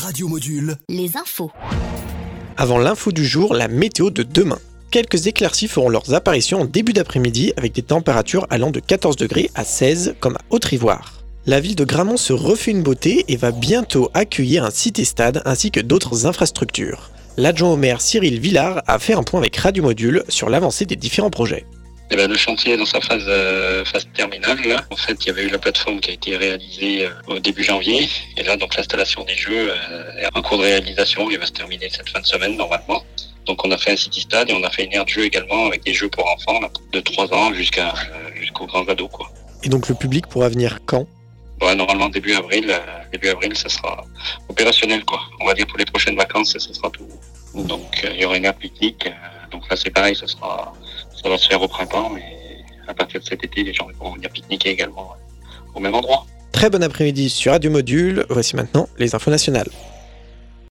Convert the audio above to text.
Radio Module. Les infos. Avant l'info du jour, la météo de demain. Quelques éclaircies feront leurs apparitions en début d'après-midi avec des températures allant de 14 degrés à 16 comme à Haute-Ivoire. La ville de Gramont se refait une beauté et va bientôt accueillir un cité-stade ainsi que d'autres infrastructures. L'adjoint au maire Cyril Villard a fait un point avec Radio Module sur l'avancée des différents projets. Le chantier est dans sa phase terminale. Là. En fait, il y avait eu la plateforme qui a été réalisée au début janvier. Et là, donc l'installation des jeux est en cours de réalisation. Il va se terminer cette fin de semaine normalement. Donc on a fait un city-stade et on a fait une aire de jeu également avec des jeux pour enfants là, de 3 ans jusqu'aux grands ados. Quoi. Et donc le public pourra venir quand ? Normalement début avril, ça sera opérationnel. Quoi. On va dire pour les prochaines vacances, ça sera tout. Donc il y aura une aire pique-nique. Donc là c'est pareil, ça va se faire au printemps, mais à partir de cet été, les gens pourront venir pique-niquer également au même endroit. Très bon après-midi sur Radio Module. Voici maintenant les infos nationales.